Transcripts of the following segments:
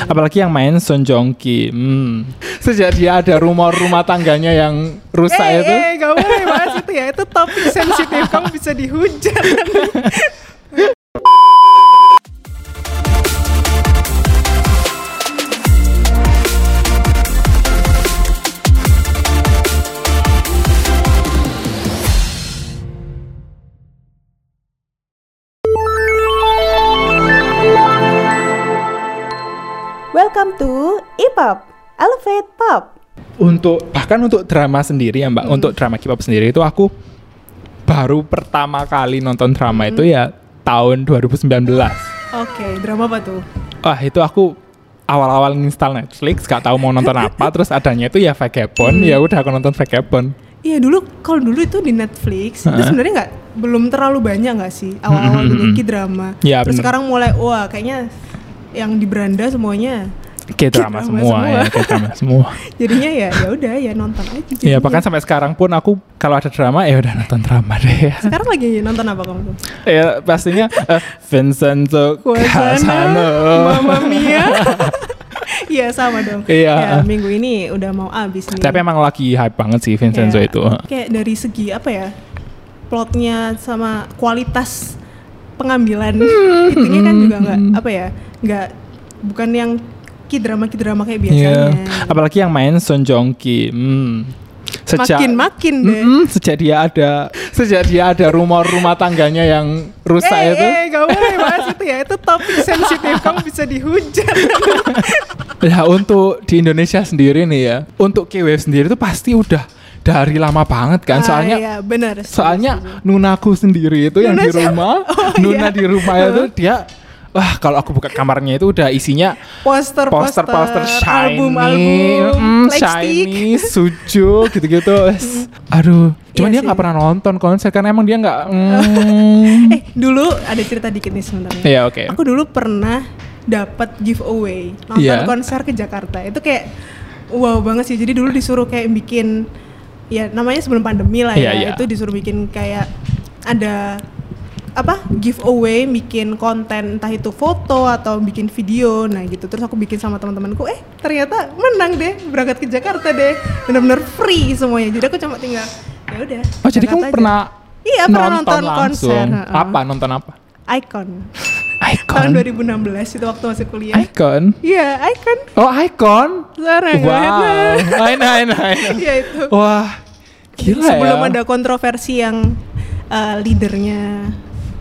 Apalagi yang main Son Joong Ki. Sejak dia ada rumah tangganya yang rusak itu. Gak boleh bahas itu ya. Itu topik sensitif. Kamu bisa dihujat. Welcome to E-Pop, Elevate Pop. Bahkan untuk drama sendiri ya Mbak, untuk drama K-pop sendiri itu aku baru pertama kali nonton drama itu ya tahun 2019. Oke, drama apa tuh? Wah itu aku awal-awal install Netflix, gak tahu mau nonton apa, terus adanya itu ya Vagabond, ya udah aku nonton Vagabond. Iya kalau dulu itu di Netflix, itu sebenarnya belum terlalu banyak nggak sih awal-awal dulu K-drama. Ya, terus bener. sekarang mulai kayaknya yang di beranda semuanya K-drama semua ya, K-drama semua. Jadinya ya udah ya nonton aja. Iya, bahkan sampai sekarang pun aku kalau ada drama ya udah nonton drama deh ya. Sekarang lagi nonton apa kamu tuh? Ya pastinya Vincenzo Casano, Mamma Mia. Iya sama dong. Iya. Ya, minggu ini udah mau abis nih. Tapi emang lagi hype banget sih Vincenzo Ya, itu. Kayak dari segi apa ya, plotnya sama kualitas pengambilan itunya kan juga nggak bukan yang K-drama kayak biasanya. Apalagi yang main Son Joong Ki. Makin deh. Sejak dia ada rumah tangganya yang rusak itu. Gak boleh bahas itu ya. Itu topik sensitif. Kamu bisa dihujat. Ya untuk di Indonesia sendiri nih ya, untuk K-Wave sendiri itu pasti udah dari lama banget kan. Soalnya iya, bener, soalnya Nunaku sendiri itu yang di rumah. Nuna di rumah itu dia. Wah, kalau aku buka kamarnya itu udah isinya poster shiny, album, shiny, Suju gitu-gitu. Aduh, cuman dia nggak pernah nonton konser karena emang dia nggak. Dulu ada cerita dikit nih sebenarnya. Iya, oke. Aku dulu pernah dapat giveaway nonton konser ke Jakarta. Itu kayak wow banget sih. Jadi dulu disuruh kayak bikin, ya namanya sebelum pandemi lah ya. Itu disuruh bikin kayak ada giveaway, bikin konten entah itu foto atau bikin video, nah gitu. Terus aku bikin sama teman-temanku, ternyata menang deh, berangkat ke Jakarta deh, benar-benar free semuanya. Jadi aku cuma tinggal ya udah. Oh jadi kamu pernah? Iya, pernah nonton konser. Nonton apa? Icon. Tahun 2016 itu waktu masih kuliah. Icon? Iya, Icon. Oh, Icon? Sarang. Wow. Enak. Iya itu. Wah, gila ya. Sebelum ada kontroversi yang leadernya.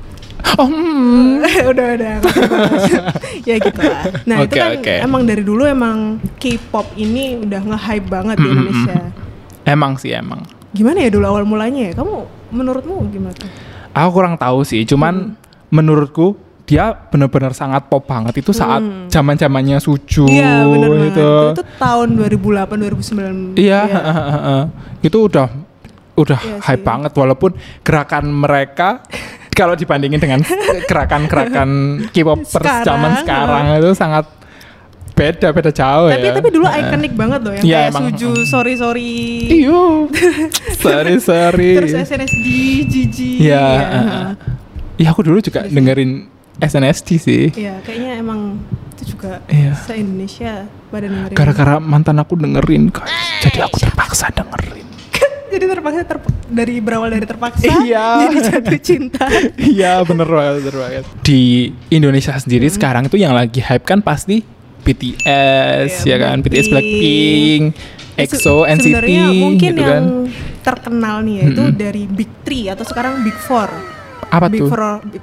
Udah. Ya gitu lah. Nah itu kan emang dari dulu emang K-pop ini udah nge-hype banget di Indonesia. Emang. Gimana ya dulu awal mulanya ya? Menurutmu gimana tuh? Aku kurang tahu sih, cuman menurutku dia benar-benar sangat pop banget itu saat zaman-zamannya Suju. Iya benar gitu. Itu tahun 2008 2009. Iya, itu udah hype banget walaupun gerakan mereka kalau dibandingin dengan gerakan K-popers zaman sekarang itu sangat beda jauh ya. Tapi dulu ikonik banget loh yang kayak emang, Suju, sorry. Iyo. sorry. Terus SNSD, Gigi. Iya. Iya aku dulu juga dengerin SNSD sih. Iya, kayaknya emang itu juga se-Indonesia pada dengerin. Gara-gara mantan aku dengerin guys. Jadi aku terpaksa dengerin. Jadi terpaksa berawal dari terpaksa jadi jatuh cinta. Iya bener banget. Di Indonesia sendiri sekarang itu yang lagi hype kan pasti BTS ya kan, BTS, Blackpink, EXO, NCT. Sebenarnya mungkin gitu yang kan terkenal nih ya itu dari Big 3 atau sekarang Big 4. Apa tuh?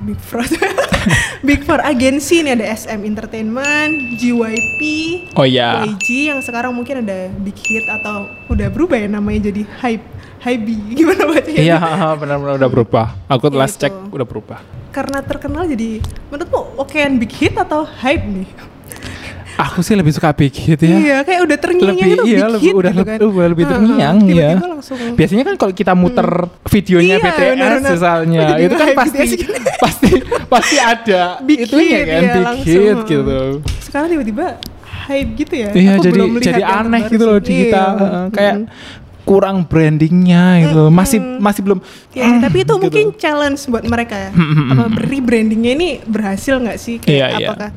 Big Four agensi nih, ada SM Entertainment, JYP, YG yang sekarang mungkin ada Big Hit atau udah berubah ya namanya jadi Hybe. Gimana bacanya? Iya, benar-benar udah berubah. Aku last check udah berubah. Karena terkenal jadi menurutmu okean Big Hit atau Hybe nih? Aku sih lebih suka Big Hit ya. Iya, kayak udah terngiang gitu Big Hit udah gitu kan. Udah lebih terngiang ya. Biasanya kan kalau kita muter videonya BTS misalnya, itu kan pasti ada Big itunya kan Big Hit gitu. Sekarang tiba-tiba hype gitu ya. Iya, jadi aneh gitu loh di kita. Kayak kurang brandingnya gitu, masih belum. Ya, tapi itu mungkin challenge buat mereka ya. Apa rebrandingnya ini berhasil nggak sih? Kayak apakah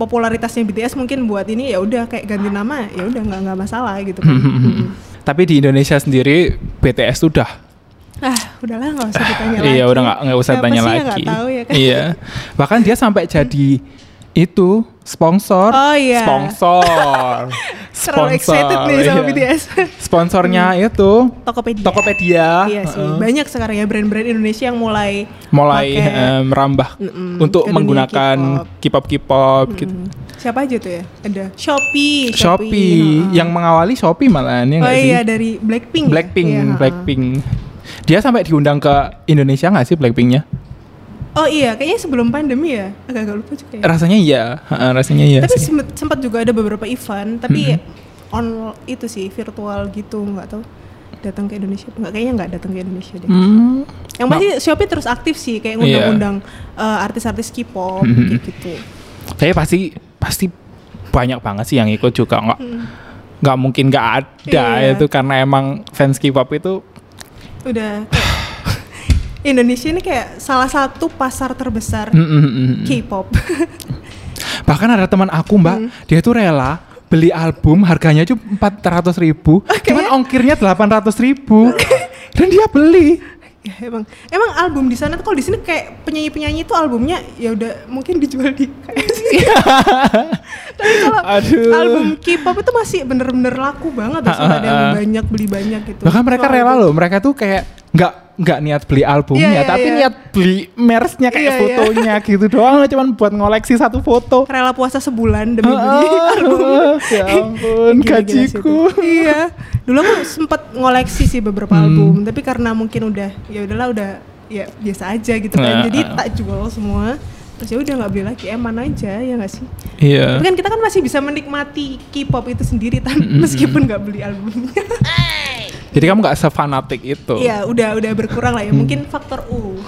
popularitasnya BTS mungkin buat ini ya udah kayak ganti nama ya udah nggak masalah gitu kan. Tapi di Indonesia sendiri BTS udah udahlah nggak usah ditanya lagi. Iya udah nggak usah tanya lagi. Nggak tahu ya kan. Iya bahkan dia sampai jadi itu sponsor. Oh iya. Sponsor. Terlalu excited nih sama BTS. Sponsornya itu Tokopedia. Iya sih. Banyak sekarang ya brand-brand Indonesia yang mulai merambah untuk menggunakan K-pop gitu. Siapa aja tuh ya? Ada Shopee. Yang mengawali Shopee malahan ya nggak sih? Oh iya dari Blackpink. Blackpink. Dia sampai diundang ke Indonesia nggak sih Blackpinknya? Oh iya, kayaknya sebelum pandemi ya, agak lupa juga ya. Rasanya iya. Tapi sempat juga ada beberapa event, tapi on itu sih virtual gitu, nggak tahu datang ke Indonesia, kayaknya nggak datang ke Indonesia deh. Yang pasti Shopee terus aktif sih, kayak ngundang-undang artis-artis K-pop kayak gitu. Tapi pasti banyak banget sih yang ikut juga, nggak mungkin nggak ada itu karena emang fans K-pop itu udah Indonesia ini kayak salah satu pasar terbesar K-pop. Bahkan ada teman aku Mbak, dia tuh rela beli album harganya cuma 400.000, cuman ongkirnya 800.000, dan dia beli. Ya emang album di sana tuh kalau di sini kayak penyanyi tuh albumnya ya udah mungkin dijual di KFC. Tapi kalau album K-pop itu masih bener-bener laku banget, ada yang banyak beli banyak gitu. Bahkan mereka rela loh, mereka tuh kayak nggak niat beli albumnya, tapi niat beli merch-nya kayak fotonya gitu doang, cuman buat ngoleksi satu foto. Rela puasa sebulan demi beli album. Ya ampun, gajiku. Iya, dulu aku sempat ngoleksi sih beberapa album, tapi karena mungkin udah ya biasa aja gitu kan, jadi tak jual semua. Terus ya udah nggak beli lagi, eman aja ya nggak sih? Iya. Tapi kan kita kan masih bisa menikmati K-pop itu sendiri meskipun nggak beli albumnya. Jadi kamu nggak sefanatik itu? Iya, udah berkurang lah ya. Mungkin faktor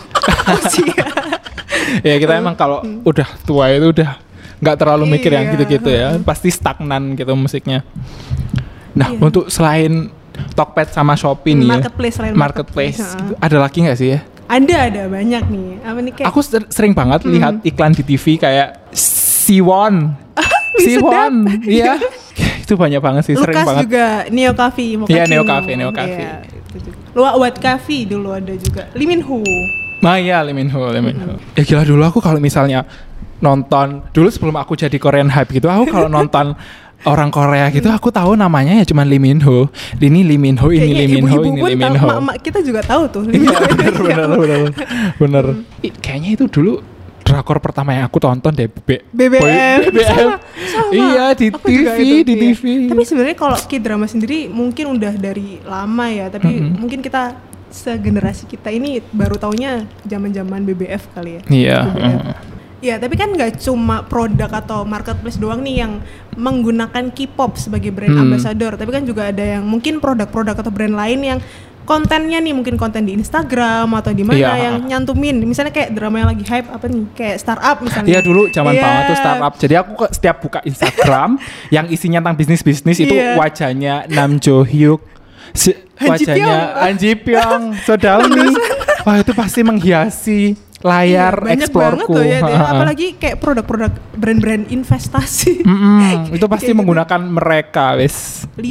ya kita emang kalau udah tua itu udah nggak terlalu mikir yang gitu-gitu ya. Pasti stagnan gitu musiknya. Nah untuk selain Tokped sama Shopee nih marketplace gitu, ada lagi nggak sih ya? Ada banyak nih. Apa nih kayak? Aku sering banget lihat iklan di TV kayak Siwon. Iya. Itu banyak banget sih, sering banget. Lukas juga, Neo Cafe, Iya, Neo Cafe. Iya, Luwak Cafe dulu ada juga. Lee Min Ho. Lee Min Ho. Ya gila dulu aku kalau misalnya nonton, dulu sebelum aku jadi Korean Hype gitu, aku kalau nonton orang Korea gitu, aku tahu namanya ya cuma Lee Min Ho. Ini Lee Min Ho, ini Lee Min Ho, ini Lee Min Ho. Mak kita juga tahu tuh. Iya, bener. Kayaknya itu dulu drakor pertama yang aku tonton deh, BBM. Sama. Iya di TV. Tapi sebenarnya kalau K-drama sendiri mungkin udah dari lama ya, tapi mungkin kita segenerasi kita ini baru taunya zaman-zaman BBF kali ya. Iya. Ya, tapi kan nggak cuma produk atau marketplace doang nih yang menggunakan K-pop sebagai brand ambassador, tapi kan juga ada yang mungkin produk-produk atau brand lain yang kontennya nih mungkin konten di Instagram atau di mana yang nyantumin, misalnya kayak drama yang lagi hype apa nih, kayak startup misalnya. Iya dulu zaman banget tuh startup. Jadi aku setiap buka Instagram yang isinya tentang bisnis itu wajahnya Nam Jo Hyuk, wajahnya Han Ji Pyong, So Dalmi. Wah itu pasti menghiasi layar Explore-ku. Apalagi kayak produk-produk brand-brand investasi. Itu pasti menggunakan mereka, wes. 5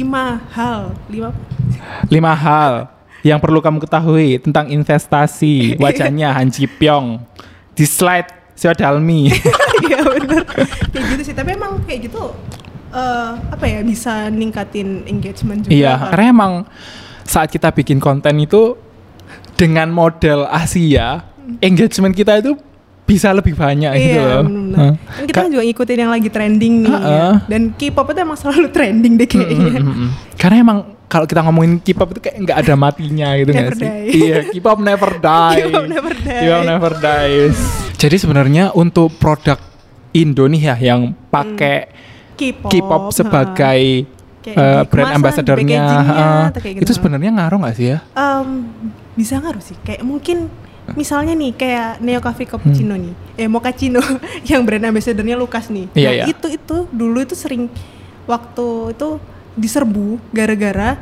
hal yang perlu kamu ketahui tentang investasi. Wajahnya Han Ji Pyong, di slide So Dalmi. Iya benar. Kayak gitu sih. Tapi emang kayak gitu bisa ningkatin engagement juga. Iya, karena emang saat kita bikin konten itu dengan model Asia, engagement kita itu bisa lebih banyak gitu loh. Benar. Kan kita juga ngikutin yang lagi trending nih. Ya. Dan K-pop itu emang selalu trending deh kayaknya. Karena emang kalau kita ngomongin K-pop itu kayak nggak ada matinya gitu nggak sih? Iya, K-pop never die. K-pop never dies. Jadi sebenarnya untuk produk Indo nih ya yang pakai K-pop sebagai brand ambassador-nya, itu sebenarnya ngaruh nggak sih ya? Bisa ngaruh sih. Kayak mungkin misalnya nih kayak Neo Cafe Cappuccino nih, Mochaccino yang brand ambassador-nya Lukas nih. Iya. Itu dulu itu sering waktu itu diserbu gara-gara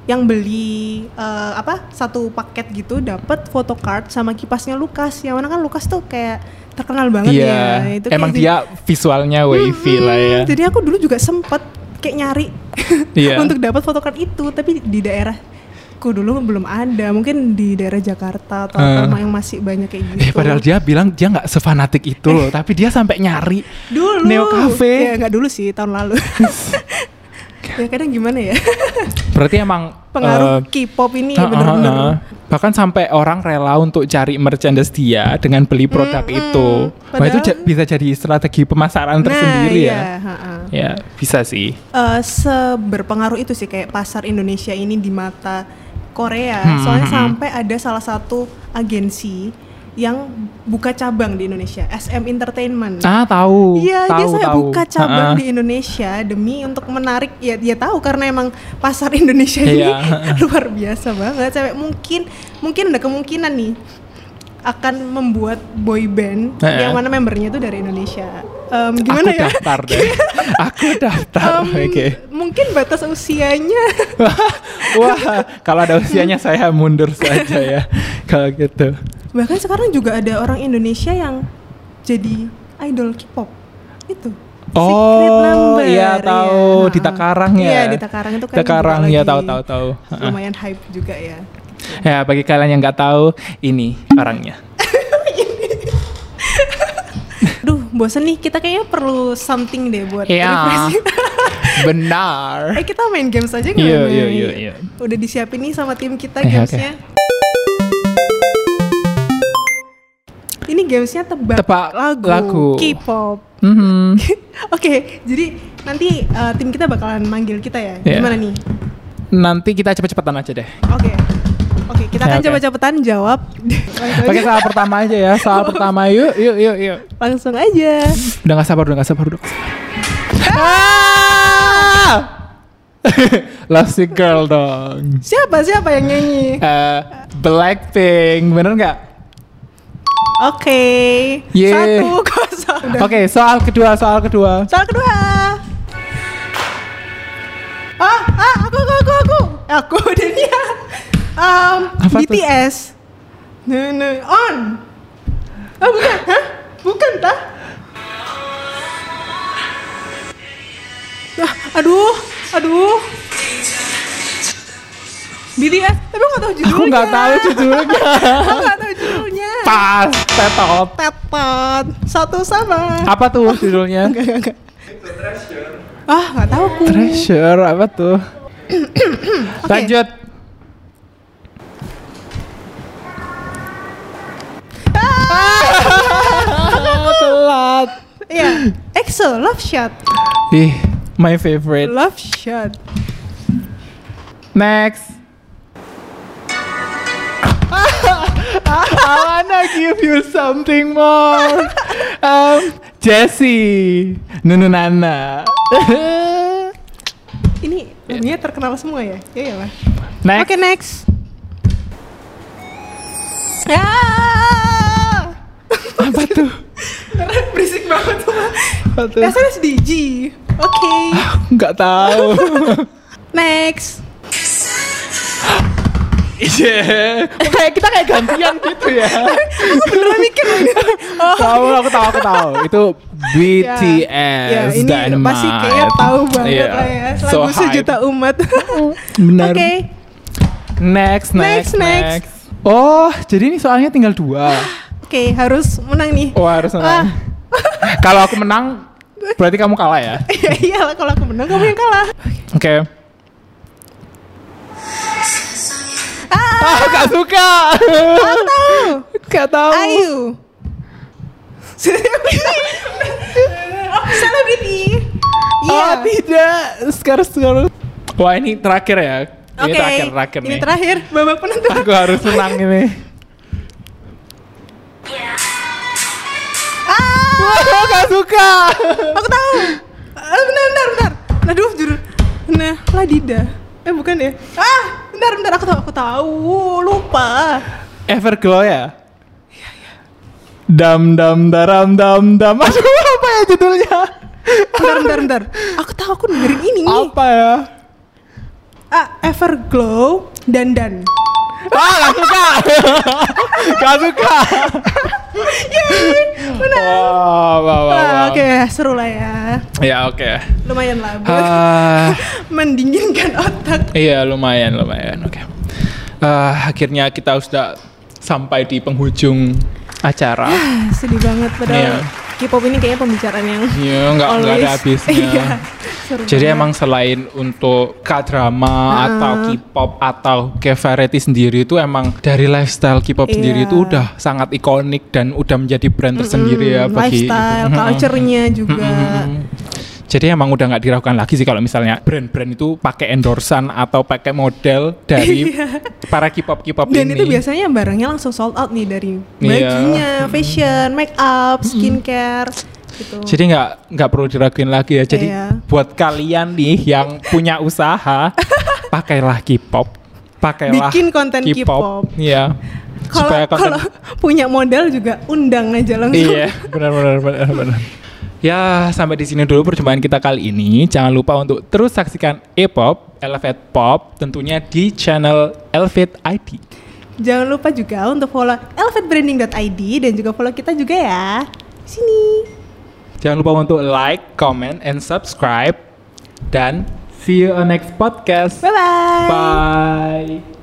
yang beli satu paket gitu dapat photocard sama kipasnya Lucas. Yang mana kan Lucas tuh kayak terkenal banget ya. Itu emang dia visualnya wavy lah ya. Jadi aku dulu juga sempet kayak nyari untuk dapat photocard itu, tapi di daerahku dulu belum ada. Mungkin di daerah Jakarta atau yang masih banyak kayak gitu. Padahal dia bilang dia nggak sefanatik itu loh, tapi dia sampai nyari dulu Neo Cafe. Ya nggak dulu sih, tahun lalu. Ya kadang gimana ya. Berarti emang pengaruh K-pop ini benar-benar. Bahkan sampai orang rela untuk cari merchandise dia dengan beli produk itu. Wah, itu bisa jadi strategi pemasaran tersendiri ya. Ya bisa sih. Seberpengaruh itu sih kayak pasar Indonesia ini di mata Korea. Soalnya sampai ada salah satu agensi yang buka cabang di Indonesia, SM Entertainment. Tahu. Iya, dia saya buka cabang di Indonesia demi untuk menarik. Ya, dia tahu karena emang pasar Indonesia ini luar biasa banget. Sampai mungkin ada kemungkinan nih akan membuat boy band yang mana membernya itu dari Indonesia. Gimana ya? Aku daftar. Oke. Mungkin batas usianya. Wah, kalau ada usianya saya mundur saja ya. Kalau gitu. Bahkan sekarang juga ada orang Indonesia yang jadi idol K-pop itu. Secret Number. Iya tahu, di Takarang ya. Iya, di Takarang itu kan. Takarang ya, tahu. Lumayan hype juga ya. Ya, bagi kalian yang nggak tahu, ini orangnya. Duh, bosen nih. Kita kayaknya perlu something deh buat refreshing. Benar. Kita main games aja nggak? Iya. Udah disiapin nih sama tim kita gamesnya. Ini gamesnya tebak lagu K-pop. Oke, jadi nanti tim kita bakalan manggil kita ya. Gimana nih? Nanti kita cepet-cepetan aja deh. Oke, kita akan cepet-cepetan jawab. Pakai soal pertama aja ya. Soal pertama yuk. Langsung aja. Udah gak sabar. Lassie Girl dong. Siapa yang nyanyi? Blackpink, bener nggak? Oke. 1-0. Oke, soal kedua. Aku dan dia. BTS. On. Bukan, bukan tah? Aduh. BTS, tapi aku nggak tahu judulnya. Aku nggak tahu judulnya. Pas, tetot. Satu sama. Apa tuh judulnya? Enggak. Nggak tahu aku. Treasure, apa tuh? Lanjut. Telat. Iya, EXO, Love Shot. My favorite. Love Shot. Next. I wanna give you something more. Jessie, Nununana. Ini lagunya terkenal semua ya? Iya lah. Next. Oke, next. Apa tuh? Berisik banget tuh. SNSD. Oke. Nggak tahu. Next. Iya, kita kayak gantian gitu ya. Beneran mikir. Aku tahu. Itu BTS. Ya, ini Dynamite. pasti kayak tahu banget lah ya. Lagu sejuta umat. Benar. Oke. Next. Oh, jadi ini soalnya tinggal 2. Oke, harus menang nih. Harus menang. Kalau aku menang, berarti kamu kalah ya? Iyalah, kalau aku menang kamu yang kalah. Oke. Gak suka. Gak tahu. Ayu. Selebriti. Iya. Tidak. Sekarang. Wah, ini terakhir ya. Ini terakhir nih. Ini terakhir. Babak penentu. Aku harus menang ini. Gak suka. Aku tahu. Bentar. Aduh, jujur. Nah, Ladida. Bukan ya? Bentar, aku tahu, lupa. Everglow ya? Iya. Dam. Aduh, apa ya judulnya? Bentar. Aku tahu, aku dengerin ini nih. Apa ya? Everglow dan. Gak suka. Gak suka. Oke, seru lah ya. Ya oke. Lumayan lah buat mendinginkan otak. Iya lumayan. Oke. Akhirnya kita sudah sampai di penghujung acara. Sedih banget padahal K-pop ini kayaknya pembicaraan yang nggak ada habisnya. Jadi banget. emang selain untuk K-drama atau K-pop atau K-variety sendiri itu emang dari lifestyle K-pop sendiri itu udah sangat ikonik dan udah menjadi brand tersendiri ya bagi lifestyle, culture-nya juga. Jadi emang udah nggak diragukan lagi sih kalau misalnya brand-brand itu pakai endorsan atau pakai model dari para K-pop ini. Dan itu biasanya barangnya langsung sold out nih dari bajunya, fashion, make up, skincare. Gitu. Jadi nggak perlu diraguin lagi ya. Jadi buat kalian nih yang punya usaha, pakailah K-pop, bikin konten K-pop. Iya. Kalau punya modal juga undang aja langsung. Iya, benar. Ya, sampai di sini dulu perjumpaan kita kali ini. Jangan lupa untuk terus saksikan E-pop, Elevate Pop, tentunya di channel Elevate ID. Jangan lupa juga untuk follow elevatebranding.id dan juga follow kita juga ya. Sini. Jangan lupa untuk like, comment, and subscribe. Dan see you on next podcast. Bye-bye. Bye.